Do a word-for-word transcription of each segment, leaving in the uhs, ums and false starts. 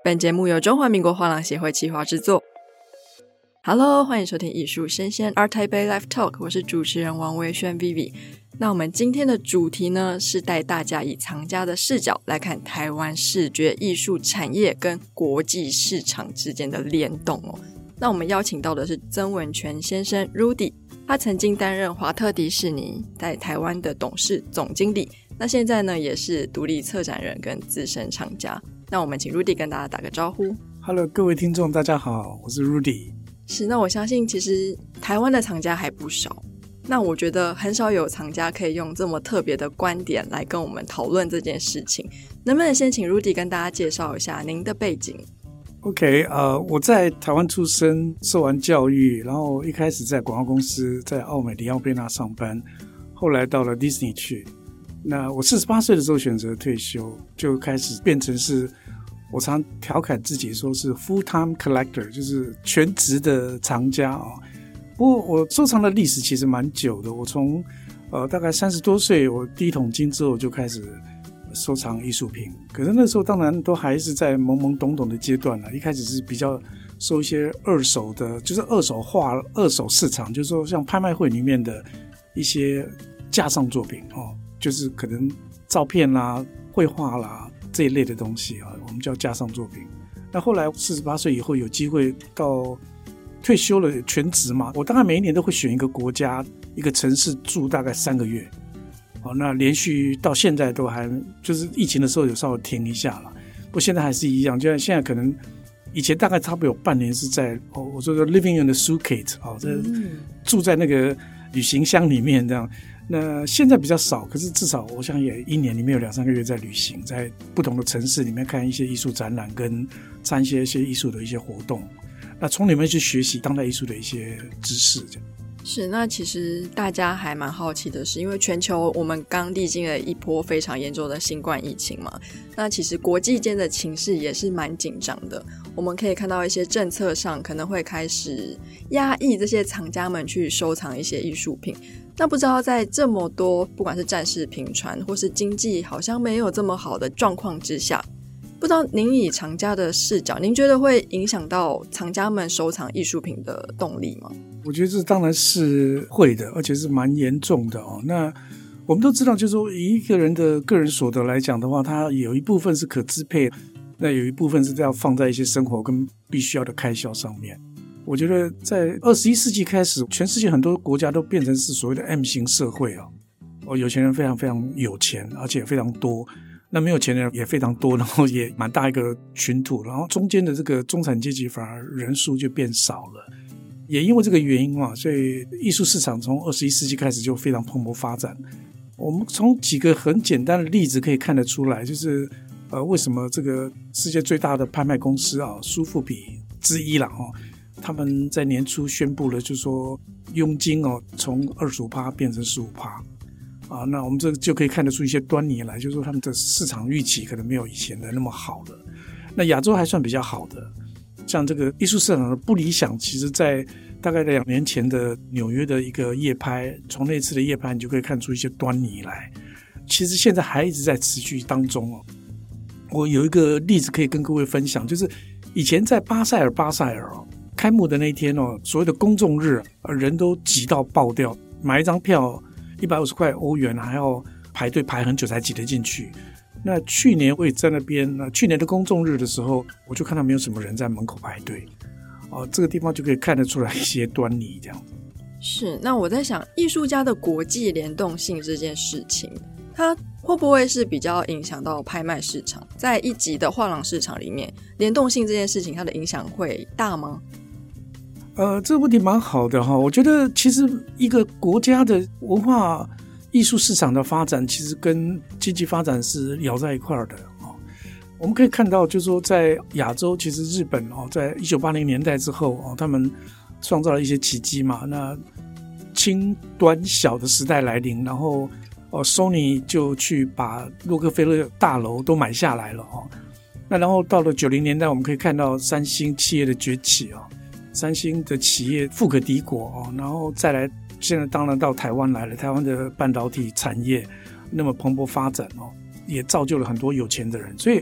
本节目由中华民国画廊协会企划制作。Hello， 欢迎收听艺术生鲜 Art Taipei Live Talk， 我是主持人王维轩 Vivi。那我们今天的主题呢，是带大家以藏家的视角来看台湾视觉艺术产业跟国际市场之间的联动哦。那我们邀请到的是曾文全先生 Rudy， 他曾经担任华特迪士尼在台湾的董事总经理，那现在呢也是独立策展人跟资深厂家。那我们请 Rudy 跟大家打个招呼。 Hello， 各位听众大家好，我是 Rudy。 是，那我相信其实台湾的藏家还不少，那我觉得很少有藏家可以用这么特别的观点来跟我们讨论这件事情。能不能先请 Rudy 跟大家介绍一下您的背景？ OK， 呃，我在台湾出生，受完教育，然后一开始在广告公司在奥美迪奥贝纳上班，后来到了 Disney 去。那我四十八岁的时候选择退休，就开始变成是我常调侃自己说是 full-time collector， 就是全职的藏家哦。不过我收藏的历史其实蛮久的，我从呃大概三十多岁，我第一桶金之后就开始收藏艺术品。可是那时候当然都还是在懵懵懂懂的阶段了，一开始是比较收一些二手的，就是二手画、二手市场，就是说像拍卖会里面的一些架上作品哦，就是可能照片啦、绘画啦这一类的东西啊，我们叫架上作品。那后来四十八岁以后有机会到退休了，全职嘛，我大概每一年都会选一个国家、一个城市住大概三个月。好，那连续到现在都还，就是疫情的时候有稍微停一下了，不过现在还是一样，就像现在可能以前大概差不多有半年是在哦，我说的 living in the suitcase 哦，这住在那个旅行箱里面这样。那现在比较少，可是至少我想也一年里面有两三个月在旅行，在不同的城市里面看一些艺术展览，跟参与一些艺术的一些活动，那从里面去学习当代艺术的一些知识这样。 是，那其实大家还蛮好奇的是，因为全球我们刚历经了一波非常严重的新冠疫情嘛，那其实国际间的情势也是蛮紧张的。我们可以看到一些政策上可能会开始压抑这些藏家们去收藏一些艺术品。那不知道在这么多不管是战事频传或是经济好像没有这么好的状况之下，不知道您以藏家的视角，您觉得会影响到藏家们收藏艺术品的动力吗？ 我觉得这当然是会的，而且是蛮严重的哦。那我们都知道，就是说以一个人的个人所得来讲的话，他有一部分是可支配，那有一部分是要放在一些生活跟必须要的开销上面。我觉得在二十一世纪开始，全世界很多国家都变成是所谓的 M 型社会哦，哦，有钱人非常非常有钱，而且非常多。那没有钱的人也非常多，然后也蛮大一个群土，然后中间的这个中产阶级反而人数就变少了。也因为这个原因嘛，所以艺术市场从二十一世纪开始就非常蓬勃发展。我们从几个很简单的例子可以看得出来，就是呃，为什么这个世界最大的拍卖公司啊，苏富比之一啦哦，他们在年初宣布了，就是说佣金哦从 百分之二十五 变成 百分之十五。啊，那我们这就可以看得出一些端倪来，就是说他们的市场预期可能没有以前的那么好了。那亚洲还算比较好的，像这个艺术市场的不理想，其实在大概两年前的纽约的一个夜拍，从那次的夜拍你就可以看出一些端倪来。其实现在还一直在持续当中哦。我有一个例子可以跟各位分享，就是以前在巴塞尔巴塞尔哦，开幕的那一天哦，所谓的公众日，人都挤到爆掉，买一张票一百五十块欧元，还要排队排很久才挤得进去。那去年我也在那边，那去年的公众日的时候，我就看到没有什么人在门口排队。哦，这个地方就可以看得出来一些端倪，这样子。 是，那我在想，艺术家的国际联动性这件事情，它会不会是比较影响到拍卖市场？在一级的画廊市场里面，联动性这件事情，它的影响会大吗？ 呃，这个问题蛮好的哈。我觉得其实一个国家的文化艺术市场的发展，其实跟经济发展是咬在一块的哦。我们可以看到，就是说在亚洲，其实日本哦，在一九八零年代之后哦，他们创造了一些奇迹嘛。那轻短小的时代来临，然后哦 ，Sony 就去把洛克菲勒大楼都买下来了哦。那然后到了九零年代，我们可以看到三星企业的崛起哦。三星的企业富可敌国哦，然后再来，现在当然到台湾来了，台湾的半导体产业那么蓬勃发展哦，也造就了很多有钱的人。所以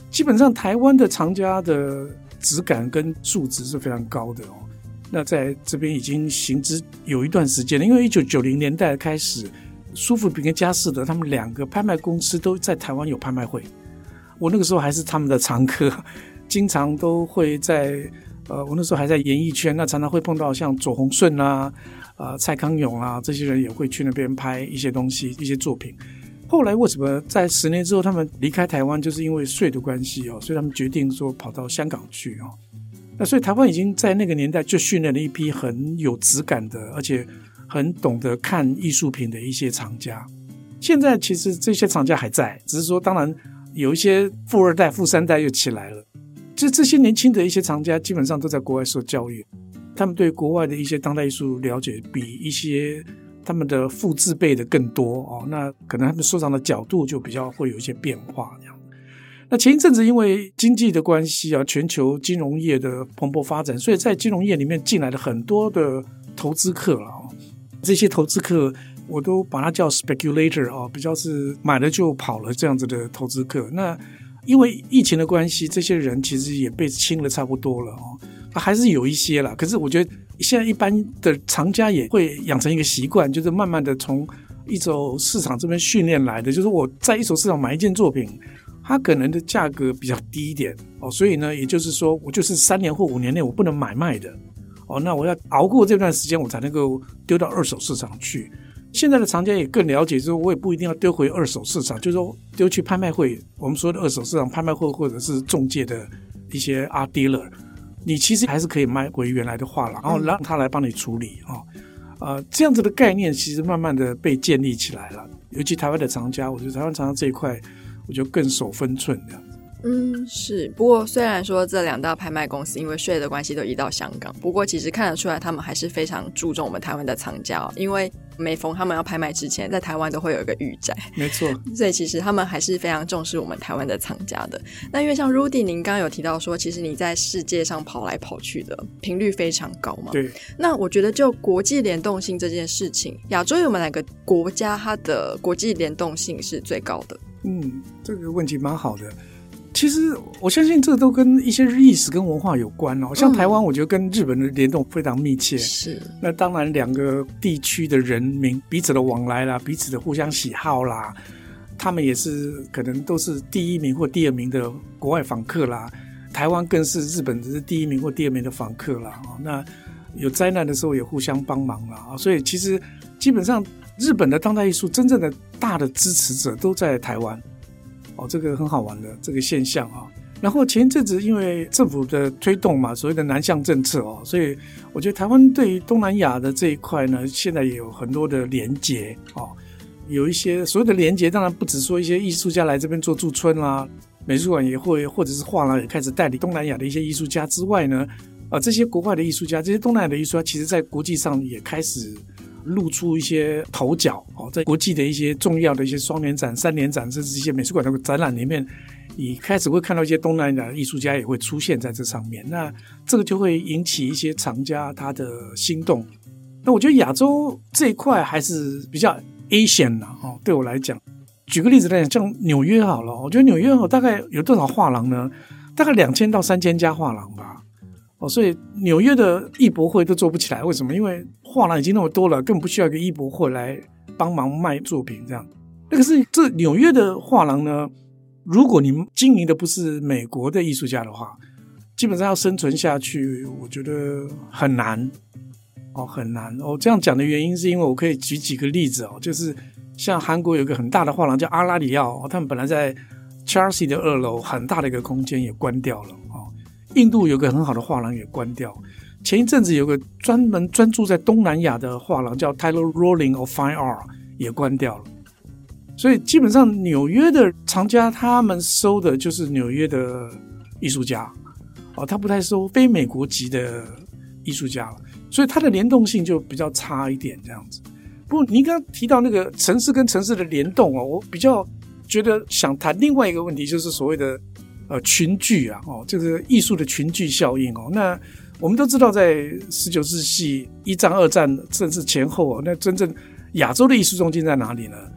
基本上台湾的藏家的质感跟素质是非常高的哦。那在这边已经行之有一段时间了，因为一九九零年代开始，苏富比跟佳士得他们两个拍卖公司都在台湾有拍卖会，我那个时候还是他们的常客，经常都会在呃，我那时候还在演艺圈，那常常会碰到像左宏顺啊、呃、蔡康永啊这些人也会去那边拍一些东西、一些作品。后来为什么在十年之后他们离开台湾，就是因为税的关系哦，所以他们决定说跑到香港去哦。那所以台湾已经在那个年代就训练了一批很有质感的，而且很懂得看艺术品的一些藏家。现在其实这些藏家还在，只是说当然有一些富二代、富三代又起来了。就这些年轻的一些藏家基本上都在国外受教育，他们对国外的一些当代艺术了解比一些他们的父字辈的更多哦。那可能他们收藏的角度就比较会有一些变化这样。那前一阵子因为经济的关系啊，全球金融业的蓬勃发展，所以在金融业里面进来了很多的投资客了哦。这些投资客我都把它叫 speculator 哦，比较是买了就跑了这样子的投资客。那因为疫情的关系，这些人其实也被清了差不多了哦，还是有一些啦。可是我觉得现在一般的藏家也会养成一个习惯，就是慢慢的从一手市场这边训练来的，就是我在一手市场买一件作品，它可能的价格比较低一点哦，所以呢，也就是说我就是三年或五年内我不能买卖的哦，那我要熬过这段时间，我才能够丢到二手市场去。现在的藏家也更了解，就是我也不一定要丢回二手市场，就是说丢去拍卖会，我们说的二手市场拍卖会或者是中介的一些 art dealer， 你其实还是可以卖回原来的画廊，然后让他来帮你处理哦。呃，这样子的概念其实慢慢的被建立起来了，尤其台湾的藏家，我觉得台湾藏家这一块我觉得更守分寸这样子。 嗯，是。不过虽然说这两大拍卖公司因为税的关系都移到香港，不过其实看得出来他们还是非常注重我们台湾的藏家哦，因为每逢他们要拍卖之前，在台湾都会有一个预载， 没错。 所以其实他们还是非常重视我们台湾的藏家的。那因为像 Rudy 您刚刚有提到说，其实你在世界上跑来跑去的频率非常高嘛， 对。 那我觉得就国际联动性这件事情，亚洲有没有哪个国家它的国际联动性是最高的？ 嗯，这个问题蛮好的。其实我相信这都跟一些历史跟文化有关哦。像台湾我觉得跟日本的联动非常密切，是。那当然两个地区的人民彼此的往来啦，彼此的互相喜好啦，他们也是可能都是第一名或第二名的国外访客啦，台湾更是日本是第一名或第二名的访客啦。那有灾难的时候也互相帮忙啦，所以其实基本上日本的当代艺术真正的大的支持者都在台湾哦，这个很好玩的这个现象啊。然后前一阵子因为政府的推动嘛，所谓的南向政策哦，所以我觉得台湾对于东南亚的这一块呢，现在也有很多的连结哦。有一些所谓的连结，当然不只说一些艺术家来这边做驻村啦，美术馆也会或者是画廊也开始代理东南亚的一些艺术家之外呢，呃，这些国外的艺术家，这些东南亚的艺术家，其实在国际上也开始露出一些头角哦，在国际的一些重要的一些双年展、三年展，甚至一些美术馆的展览里面，你开始会看到一些东南亚的艺术家也会出现在这上面。那这个就会引起一些藏家他的心动。那我觉得亚洲这一块还是比较 Asian 啦、哦、对我来讲，举个例子来讲，像纽约好了，我觉得纽约大概有多少画廊呢？大概两千到三千家画廊吧。哦，所以纽约的艺博会都做不起来，为什么？因为画廊已经那么多了，根本不需要一个艺博会来帮忙卖作品这样。那可是这纽约的画廊呢，如果你经营的不是美国的艺术家的话，基本上要生存下去，我觉得很难哦，很难哦。这样讲的原因是因为我可以举几个例子哦，就是像韩国有一个很大的画廊叫阿拉里奥、哦、他们本来在 Chelsea 的二楼很大的一个空间也关掉了哦。印度有个很好的画廊也关掉，前一阵子有个专门专注在东南亚的画廊叫 Taylor Rolling of Fine Art 也关掉了。所以基本上纽约的藏家他们收的就是纽约的艺术家哦，他不太收非美国籍的艺术家了，所以它的联动性就比较差一点这样子。不过你刚刚提到那个城市跟城市的联动哦，我比较觉得想谈另外一个问题，就是所谓的呃群聚啊，哦，这个艺术的群聚效应哦。那我们都知道，在十九世纪一战、二战甚至前后哦，那真正亚洲的艺术中心在哪里呢？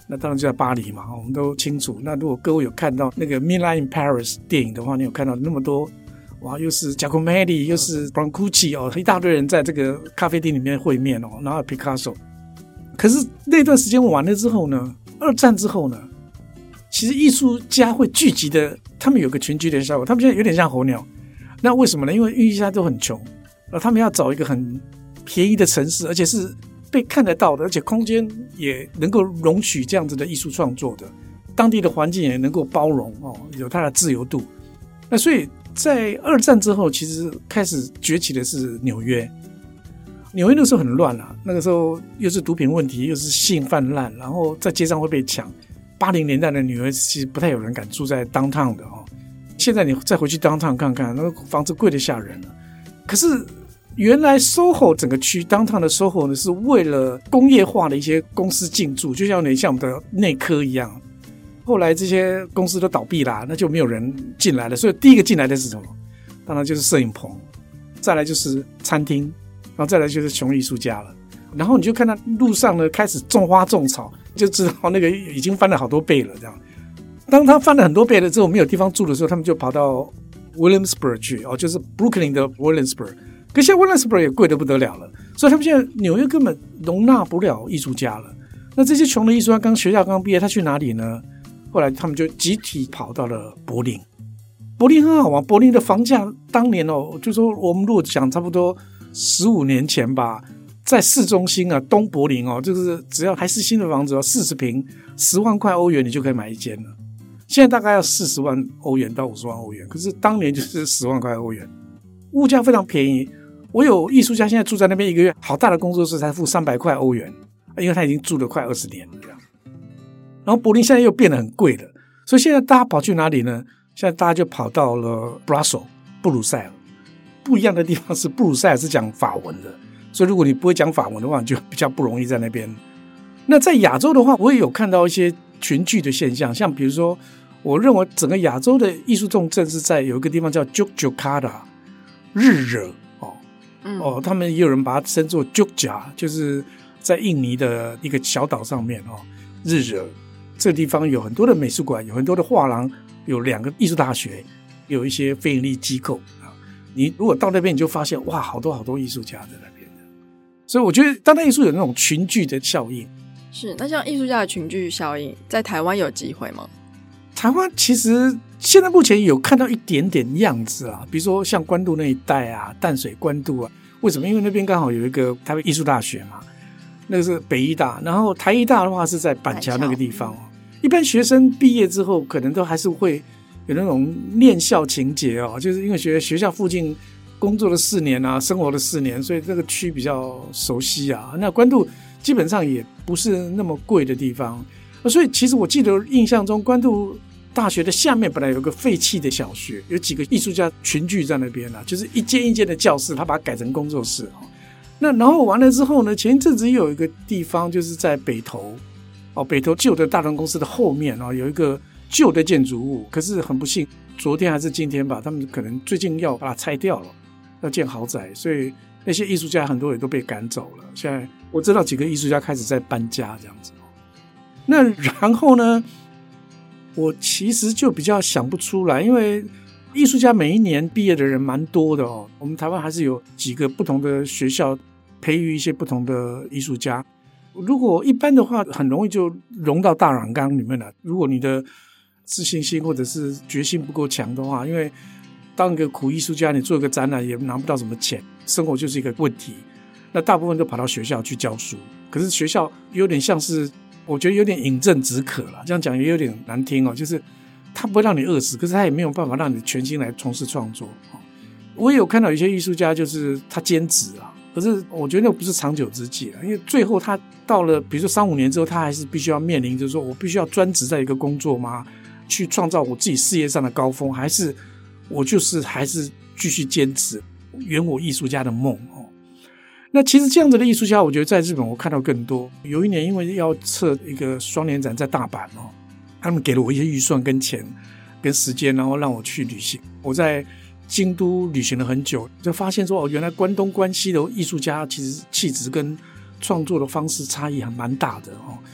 那当然就在巴黎嘛，我们都清楚。那如果各位有看到那个 Midnight in Paris 电影的话，你有看到那么多哇，又是 Giacometti 又是 Brancusi 哦，一大堆人在这个咖啡厅里面会面哦，然后 Picasso。可是那段时间完了之后呢，二战之后呢，其实艺术家会聚集的，他们有个群居的效果，他们现在有点像候鸟。那为什么呢？因为艺术家都很穷，然后他们要找一个很便宜的城市，而且是被看得到的，而且空间也能够容许这样子的艺术创作的，当地的环境也能够包容哦，有它的自由度。那所以在二战之后，其实开始崛起的是纽约。纽约那时候很乱啊，那个时候又是毒品问题，又是性泛滥，然后在街上会被抢。八零年代的纽约其实不太有人敢住在 downtown 的哦。现在你再回去 downtown 看看，那个房子贵得吓人了。可是原来 S O H O 整个区 downtown 的 S O H O 呢，是为了工业化的一些公司进驻，就像你像我们的内科一样。后来这些公司都倒闭啦，那就没有人进来了。所以第一个进来的是什么？当然就是摄影棚，再来就是餐厅，然后再来就是穷艺术家了。然后你就看到路上呢开始种花种草，就知道那个已经翻了好多倍了。这样，当他翻了很多倍了之后，没有地方住的时候，他们就跑到 Williamsburg 去哦，就是 Brooklyn 的 Williamsburg。可现在 Williamsburg 也贵得不得了了，所以他们现在纽约根本容纳不了艺术家了。那这些穷的艺术家刚学校刚毕业，他去哪里呢？后来他们就集体跑到了柏林。柏林很好玩，柏林的房价当年哦，就说我们如果讲差不多十五年前吧，在市中心啊，东柏林哦，就是只要还是新的房子哦，四十平，十万块欧元你就可以买一间了。现在大概要四十万欧元到五十万欧元，可是当年就是十万块欧元，物价非常便宜。我有艺术家现在住在那边，一个月好大的工作室才付三百块欧元，因为他已经住了快二十年了这样。然后柏林现在又变得很贵了，所以现在大家跑去哪里呢？现在大家就跑到了 Brussels 布鲁塞尔。不一样的地方是布鲁塞尔是讲法文的，所以如果你不会讲法文的话，你就比较不容易在那边。那在亚洲的话，我也有看到一些群聚的现象，像比如说我认为整个亚洲的艺术重镇是在有一个地方叫 Yogyakarta 日惹哦、嗯、哦，他们也有人把它称作 Jogja， 就是在印尼的一个小岛上面哦，日惹这个地方有很多的美术馆，有很多的画廊，有两个艺术大学，有一些非营利机构。你如果到那边，你就发现哇，好多好多艺术家在那边。所以我觉得当代艺术有那种群聚的效应。 是，那像艺术家的群聚效应，在台湾有机会吗？ 台湾其实现在目前有看到一点点样子啊，比如说像关渡那一带啊，淡水关渡啊，为什么？因为那边刚好有一个台北艺术大学嘛，那个是北艺大，然后台艺大的话是在板桥那个地方。一般学生毕业之后，可能都还是会有那种念校情节哦，就是因为学学校附近工作了四年啊，生活了四年，所以这个区比较熟悉啊。那关渡基本上也不是那么贵的地方，所以其实我记得印象中关渡大学的下面本来有个废弃的小学，有几个艺术家群聚在那边啊，就是一间一间的教室，他把它改成工作室。那然后完了之后呢，前一阵子又有一个地方就是在北投哦，北投旧的大同公司的后面哦，有一个旧的建筑物，可是很不幸，昨天还是今天吧，他们可能最近要把它拆掉了，要建豪宅，所以那些艺术家很多也都被赶走了。现在我知道几个艺术家开始在搬家这样子。那然后呢，我其实就比较想不出来，因为艺术家每一年毕业的人蛮多的哦。我们台湾还是有几个不同的学校培育一些不同的艺术家。如果一般的话，很容易就融到大染缸里面了。如果你的自信心或者是决心不够强的话，因为当一个苦艺术家，你做一个展览也拿不到什么钱，生活就是一个问题。那大部分都跑到学校去教书，可是学校有点像是，我觉得有点饮鸩止渴了。这样讲也有点难听哦，就是他不会让你饿死，可是他也没有办法让你全心来从事创作。我也有看到有些艺术家就是他兼职啊，可是我觉得那不是长久之计了，因为最后他到了比如说三五年之后，他还是必须要面临就是说我必须要专职在一个工作吗？去创造我自己事业上的高峰，还是我就是还是继续坚持圆我艺术家的梦哦。那其实这样子的艺术家，我觉得在日本我看到更多。有一年因为要策一个双年展在大阪哦，他们给了我一些预算跟钱跟时间，然后让我去旅行。我在京都旅行了很久，就发现说哦，原来关东关西的艺术家其实气质跟创作的方式差异还蛮大的哦。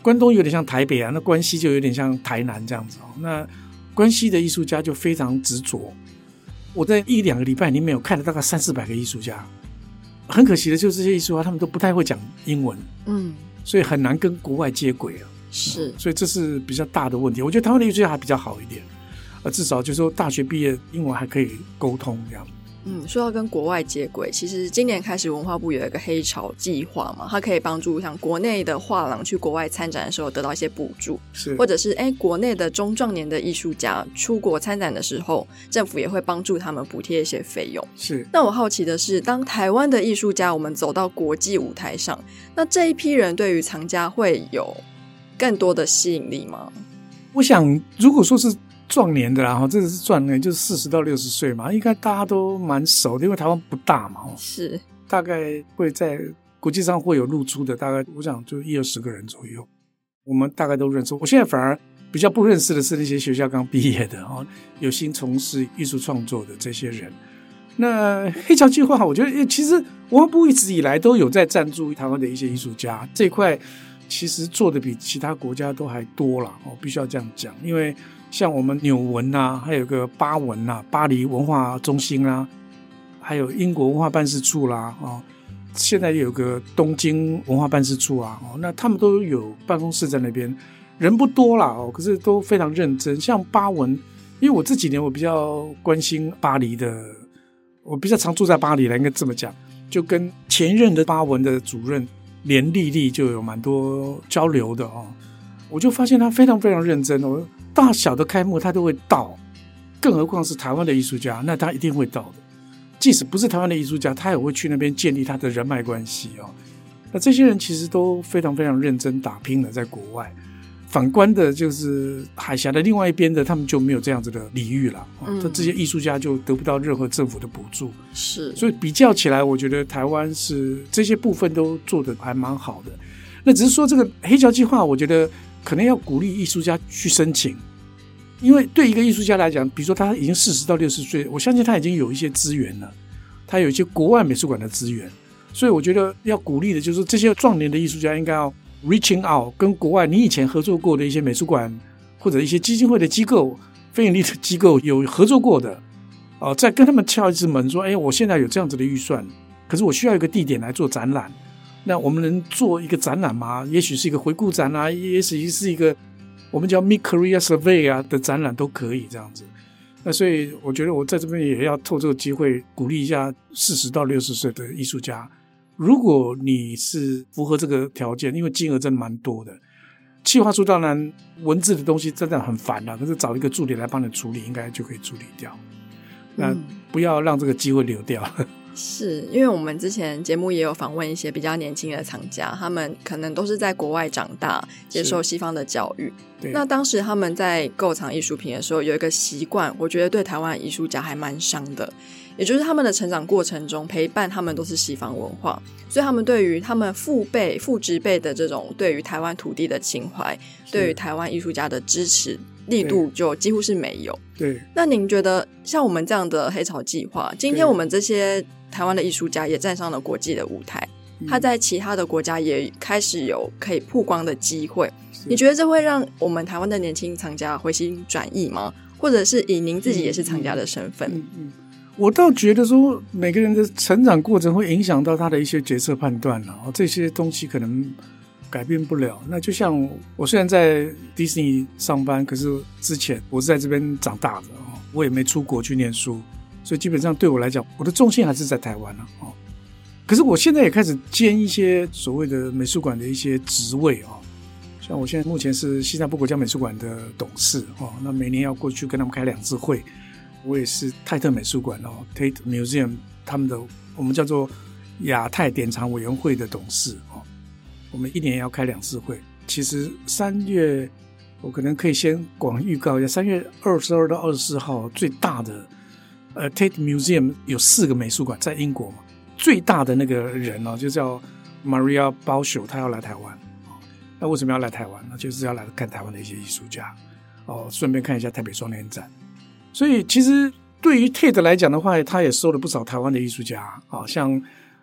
关东有点像台北啊，那关西就有点像台南这样子哦。那关西的艺术家就非常执着，我在一两个礼拜里面有看了大概三四百个艺术家，很可惜的就是这些艺术家他们都不太会讲英文，嗯，所以很难跟国外接轨啊。 是、嗯， 所以这是比较大的问题。我觉得台湾的艺术家还比较好一点，呃，至少就是说大学毕业英文还可以沟通这样。 嗯，说到跟国外接轨，其实今年开始文化部有一个黑潮计划嘛，它可以帮助像国内的画廊去国外参展的时候得到一些补助， 是， 或者是哎国内的中壮年的艺术家出国参展的时候，政府也会帮助他们补贴一些费用。 是。 那我好奇的是，当台湾的艺术家我们走到国际舞台上，那这一批人对于藏家会有更多的吸引力吗？ 我想如果说是壮年的啦，这是壮年，就是四十到六十岁嘛，应该大家都蛮熟的，因为台湾不大嘛， 是大概会在国际上会有露出的，大概我想就一二十个人左右，我们大概都认识。我现在反而比较不认识的是那些学校刚毕业的哦，有心从事艺术创作的这些人。那黑潮计划，我觉得其实文化部一直以来都有在赞助台湾的一些艺术家，这一块其实做的比其他国家都还多啦，哦，必须要这样讲，因为像我们纽文啊，还有个巴文啊，巴黎文化中心啊，还有英国文化办事处啦，哦，现在有个东京文化办事处啊，哦，那他们都有办公室在那边，人不多啦，哦，可是都非常认真。像巴文，因为我这几年我比较关心巴黎的，我比较常住在巴黎了，应该这么讲，就跟前任的巴文的主任连丽丽就有蛮多交流的哦，我就发现他非常非常认真哦。大小的开幕他都会到，更何况是台湾的艺术家，那他一定会到的。即使不是台湾的艺术家，他也会去那边建立他的人脉关系哦。那这些人其实都非常非常认真打拼的在国外。反观的就是海峡的另外一边的，他们就没有这样子的礼遇了，嗯，这些艺术家就得不到任何政府的补助。 是， 所以比较起来，我觉得台湾是这些部分都做得还蛮好的。那只是说这个黑潮计划，我觉得可能要鼓励艺术家去申请，因为对一个艺术家来讲，比如说他已经四十到六十岁，我相信他已经有一些资源了，他有一些国外美术馆的资源，所以我觉得要鼓励的就是这些壮年的艺术家应该要 reaching out， 跟国外你以前合作过的一些美术馆或者一些基金会的机构、非营利的机构有合作过的，呃，再跟他们敲一次门说，哎，我现在有这样子的预算，可是我需要一个地点来做展览。那我们能做一个展览吗？也许是一个回顾展啊，也许是一个我们叫 Mid Career Survey 啊的展览都可以这样子。那所以我觉得我在这边也要透这个机会鼓励一下四十到六十岁的艺术家，如果你是符合这个条件，因为金额真的蛮多的，企划书当然文字的东西真的很烦啦，可是找一个助理来帮你处理应该就可以处理掉，那不要让这个机会流掉。 是因为我们之前节目也有访问一些比较年轻的藏家，他们可能都是在国外长大，接受西方的教育。那当时他们在购藏艺术品的时候有一个习惯，我觉得对台湾艺术家还蛮伤的，也就是他们的成长过程中陪伴他们都是西方文化，所以他们对于他们父辈父执辈的这种对于台湾土地的情怀，对于台湾艺术家的支持力度就几乎是没有。 对， 那您觉得像我们这样的黑潮计划，今天我们这些台湾的艺术家也站上了国际的舞台，他在其他的国家也开始有可以曝光的机会，你觉得这会让我们台湾的年轻藏家回心转意吗？或者是以您自己也是藏家的身份？ 嗯嗯，我倒觉得说每个人的成长过程会影响到他的一些决策判断了，这些东西可能改变不了。那就像我虽然在迪士尼上班，可是之前我是在这边长大的，我也没出国去念书，所以基本上对我来讲，我的重心还是在台湾了。可是我现在也开始兼一些所谓的美术馆的一些职位，像我现在目前是新加坡国家美术馆的董事，那每年要过去跟他们开两次会。我也是泰特美术馆 Tate Museum 他们的我们叫做亚太典藏委员会的董事，我们一年要开两次会。其实三月我可能可以先广预告一下，三月二十二到二十四号最大的呃 Tate Museum 有四个美术馆在英国嘛，最大的那个人呢就叫 Maria Bauschel， 他要来台湾。那为什么要来台湾呢？就是要来看台湾的一些艺术家，哦，顺便看一下台北双年展。所以其实对于 Tate 来讲的话，他也收了不少台湾的艺术家，哦，像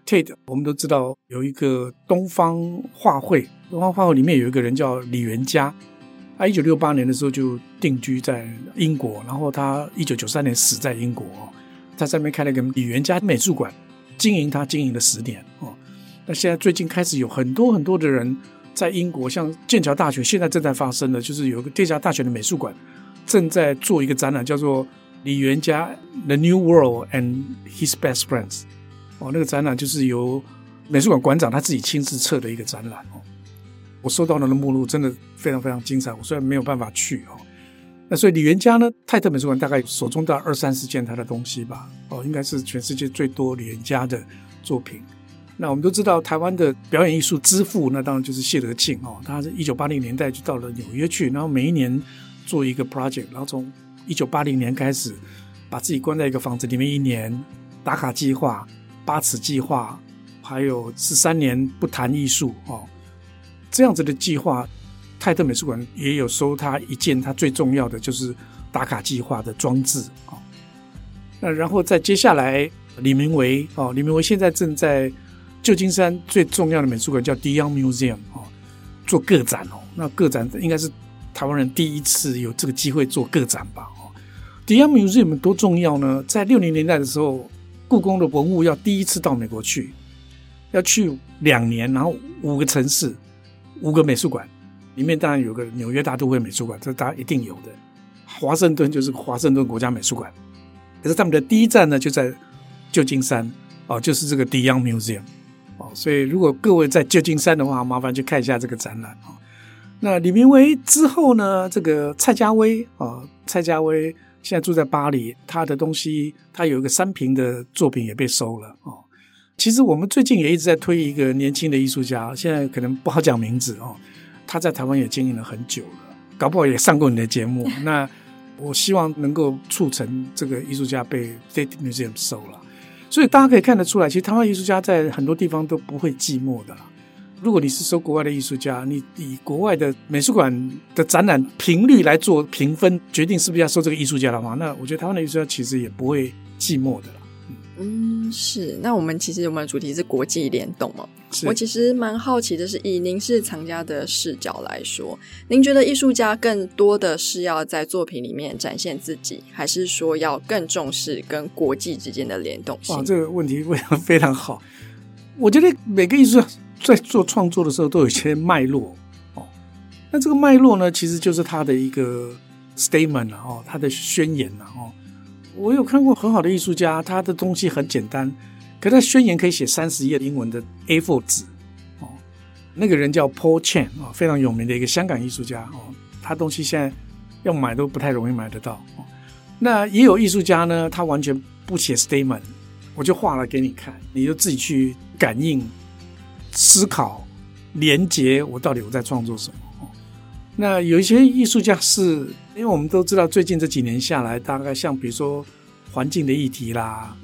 Tate 我们都知道有一个东方画会，东方画会里面有一个人叫李元嘉，他一九六八年的时候就定居在英国，然后他一九九三年死在英国，他在那边开了一个李元嘉美术馆，经营他经营了十年。那现在最近开始有很多很多的人在英国，像剑桥大学现在正在发生的，就是有一个剑桥大学的美术馆正在做一个展览，叫做李元嘉 The New World and His Best Friends。 哦，那个展览就是由美术馆馆长他自己亲自策的一个展览。哦，我收到那个目录真的非常非常精彩，我虽然没有办法去。哦，那所以李元嘉呢，泰特美术馆大概手中到二三十件他的东西吧。哦，应该是全世界最多李元嘉的作品。那我们都知道台湾的表演艺术之父，那当然就是谢德庆。哦，他是一九八零年代就到了纽约去，然后每一年做一个 project， 然后从一九八零年开始把自己关在一个房子里面一年，打卡计划、八尺计划，还有十三年不谈艺术。哦，这样子的计划，泰特美术馆也有收他一件他最重要的就是打卡计划的装置。哦，那然后再接下来李明维。哦，李明维现在正在旧金山最重要的美术馆叫 De Young Museum。哦，做个展。哦，那个展应该是台湾人第一次有这个机会做个展吧。哦，De Young Museum 多重要呢？在六零年代的时候，故宫的文物要第一次到美国去，要去两年，然后五个城市，五个美术馆，里面当然有个纽约大都会美术馆，这大家一定有的。华盛顿就是华盛顿国家美术馆，可是他们的第一站呢就在旧金山。哦，就是这个 De Young Museum。哦，所以如果各位在旧金山的话，麻烦去看一下这个展览。哦，那李明维之后呢，这个蔡家威。哦，蔡家威现在住在巴黎，他的东西他有一个三屏的作品也被收了。哦，其实我们最近也一直在推一个年轻的艺术家，现在可能不好讲名字。哦，他在台湾也经营了很久了，搞不好也上过你的节目。那我希望能够促成这个艺术家被 Tate Museum 收了。所以大家可以看得出来，其实台湾艺术家在很多地方都不会寂寞的啦。如果你是收国外的艺术家，你以国外的美术馆的展览频率来做评分，决定是不是要收这个艺术家的话，那我觉得台湾的艺术家其实也不会寂寞的啦。 嗯，是。那我们其实我们的主题是国际联动嘛，我其实蛮好奇的是，以您是藏家的视角来说，您觉得艺术家更多的是要在作品里面展现自己，还是说要更重视跟国际之间的联动性？ 哇，这个问题非常非常好。我觉得每个艺术家在做创作的时候都有一些脉络。哦，那这个脉络呢，其实就是他的一个 statement 啊，哦，他的宣言啊。哦，我有看过很好的艺术家，他的东西很简单，可他宣言可以写三十页英文的 A 四 纸。哦，那个人叫 Paul Chan，哦，非常有名的一个香港艺术家。哦，他东西现在要买都不太容易买得到。哦，那也有艺术家呢，他完全不写 statement， 我就画了给你看，你就自己去感应、思考、连结，我到底我在创作什么。哦，那有一些艺术家是，因为我们都知道最近这几年下来，大概像比如说环境的议题啦，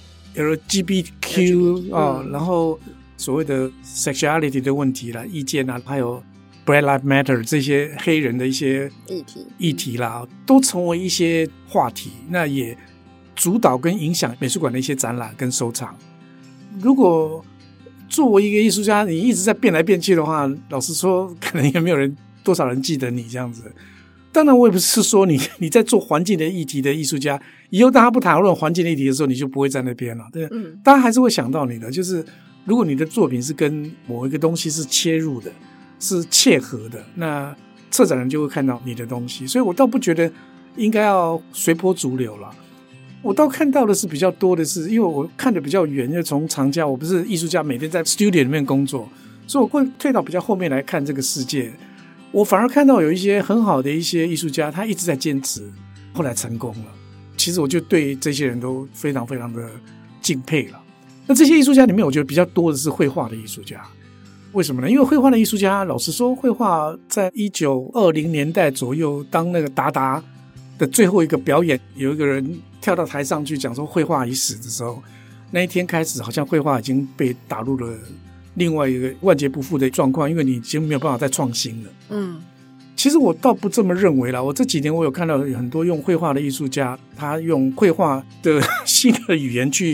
L G B T Q 啊，嗯，然后所谓的 sexuality 的问题啦、意见啊，还有 Black Lives Matter 这些黑人的一些议题议题啦，都成为一些话题，那也主导跟影响美术馆的一些展览跟收藏。如果作为一个艺术家，你一直在变来变去的话，老实说，可能也没有人多少人记得你这样子。当然我也不是说你你在做环境的议题的艺术家，以后大家不讨论环境的议题的时候，你就不会在那边了。对，嗯，大家还是会想到你的，就是如果你的作品是跟某一个东西是切入的，是切合的，那策展人就会看到你的东西。所以我倒不觉得应该要随波逐流了。我倒看到的是比较多的是，因为我看得比较远，因为从藏家，我不是艺术家，每天在 studio 里面工作，所以我会退到比较后面来看这个世界。我反而看到有一些很好的一些艺术家，他一直在坚持，后来成功了。其实我就对这些人都非常非常的敬佩了。那这些艺术家里面，我觉得比较多的是绘画的艺术家。为什么呢？因为绘画的艺术家，老实说，绘画在一九二零年代左右，当那个达达的最后一个表演，有一个人跳到台上去讲说绘画已死的时候，那一天开始，好像绘画已经被打入了另外一个万劫不复的状况，因为你已经没有办法再创新了。嗯，其实我倒不这么认为啦。我这几年我有看到有很多用绘画的艺术家，他用绘画的新的语言去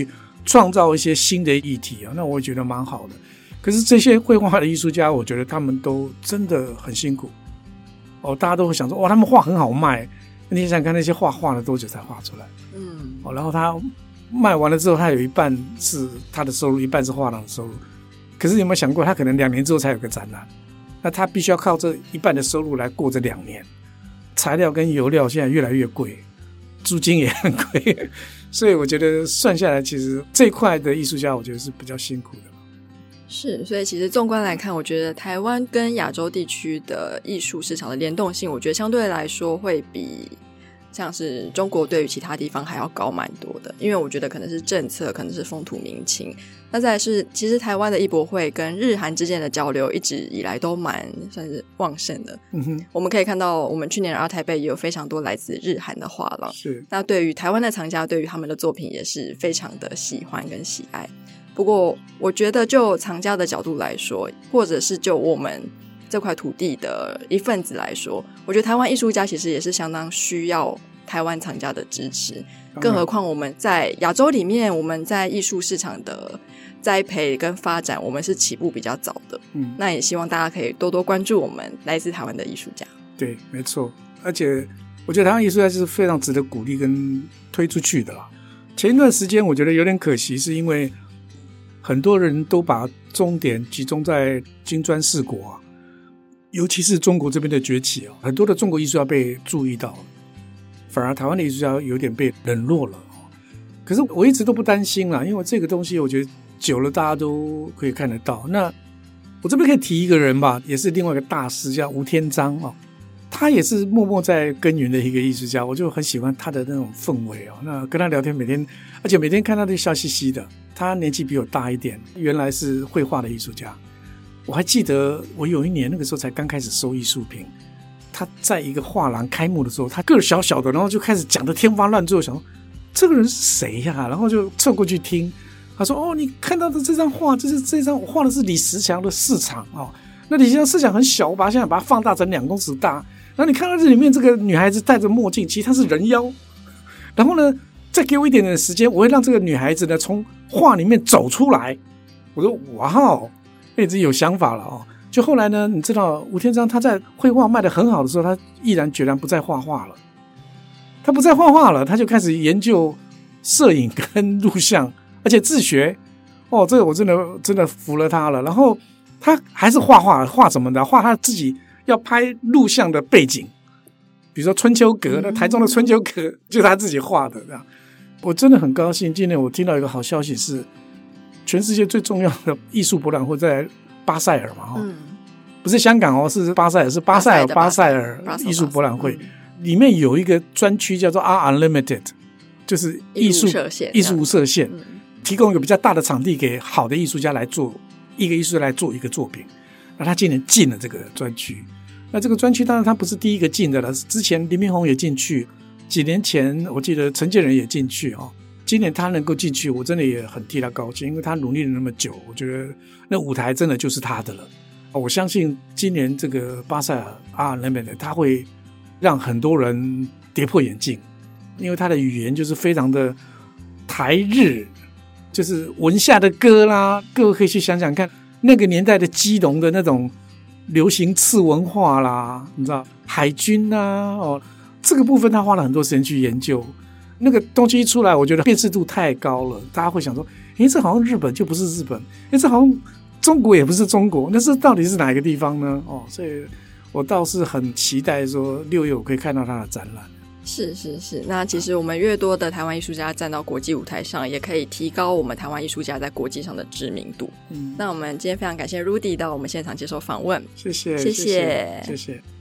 创造一些新的议题啊，那我也觉得蛮好的。可是这些绘画的艺术家，我觉得他们都真的很辛苦哦。大家都会想说，哇，他们画很好卖，你想想看那些画画了多久才画出来？嗯，哦，然后他卖完了之后，他有一半是他的收入，一半是画廊的收入。可是有没有想过，他可能两年之后才有个展览，那他必须要靠这一半的收入来过这两年。材料跟油料现在越来越贵，租金也很贵，所以我觉得算下来，其实这一块的艺术家，我觉得是比较辛苦的。 是，所以其实纵观来看，我觉得台湾跟亚洲地区的艺术市场的联动性，我觉得相对来说会比像是中国对于其他地方还要高蛮多的，因为我觉得可能是政策，可能是风土民情。那再来是，其实台湾的艺博会跟日韩之间的交流一直以来都蛮算是旺盛的。嗯哼，我们可以看到，我们去年的 Art Taipei也有非常多来自日韩的画廊。 是， 那对于台湾的藏家，对于他们的作品也是非常的喜欢跟喜爱。不过，我觉得就藏家的角度来说，或者是就我们这块土地的一份子来说，我觉得台湾艺术家其实也是相当需要台湾藏家的支持，更何况我们在亚洲里面，我们在艺术市场的栽培跟发展，我们是起步比较早的。嗯，那也希望大家可以多多关注我们来自台湾的艺术家。 对，没错，而且我觉得台湾艺术家是非常值得鼓励跟推出去的啦。前一段时间我觉得有点可惜，是因为很多人都把重点集中在金砖四国啊，尤其是中国这边的崛起啊，很多的中国艺术家被注意到了，反而台湾的艺术家有点被冷落了。可是我一直都不担心啦，因为这个东西我觉得久了大家都可以看得到。那我这边可以提一个人吧，也是另外一个大师，叫吴天章啊，他也是默默在耕耘的一个艺术家，我就很喜欢他的那种氛围啊。那跟他聊天，每天而且每天看他都笑嘻嘻的。他年纪比我大一点，原来是绘画的艺术家。我还记得我有一年那个时候才刚开始收艺术品，他在一个画廊开幕的时候，他个儿小小的，然后就开始讲得天花乱坠，想说这个人是谁呀、啊？然后就凑过去听，他说：“哦，你看到的这张画，这是这张我画的是李石强的市场哦。那李石强市场很小，我把它现在把它放大成两公尺大。然后你看到这里面这个女孩子戴着墨镜，其实她是人妖。然后呢，再给我一点点时间，我会让这个女孩子呢从画里面走出来。”我说：“哇哦，那自己有想法了哦。”就后来呢，你知道吴天章他在绘画卖得很好的时候，他毅然决然不再画画了。他不再画画了，他就开始研究摄影跟录像，而且自学。哦，这个我真的真的服了他了。然后他还是画画，画什么的？画他自己要拍录像的背景，比如说春秋阁，那台中的春秋阁就是他自己画的。这样，我真的很高兴。今天我听到一个好消息是，全世界最重要的艺术博览会在巴塞尔嘛，嗯，不是香港哦，是巴塞尔，是巴塞尔巴塞尔艺术博览会。里面有一个专区叫做 Art Unlimited， 就是艺术艺术无设限，嗯，提供一个比较大的场地给好的艺术家来做一个艺术家来做一个作品。那他今年进了这个专区，那这个专区当然他不是第一个进的了，之前林明宏也进去，几年前我记得陈建仁也进去哦。今年他能够进去，我真的也很替他高兴，因为他努力了那么久，我觉得那舞台真的就是他的了。我相信今年这个巴塞尔 Art Unlimited 他会让很多人跌破眼镜，因为他的语言就是非常的台日，就是文夏的歌啦，各位可以去想想看，那个年代的基隆的那种流行次文化啦，你知道海军啊，哦，这个部分他花了很多时间去研究。那个东西一出来，我觉得辨识度太高了，大家会想说，诶，这好像日本就不是日本，诶，这好像中国也不是中国，那是到底是哪一个地方呢？哦，所以我倒是很期待说六月我可以看到他的展览。 是是是，那其实我们越多的台湾艺术家站到国际舞台上，也可以提高我们台湾艺术家在国际上的知名度。嗯，那我们今天非常感谢 Rudy 到我们现场接受访问， 谢谢谢谢谢谢。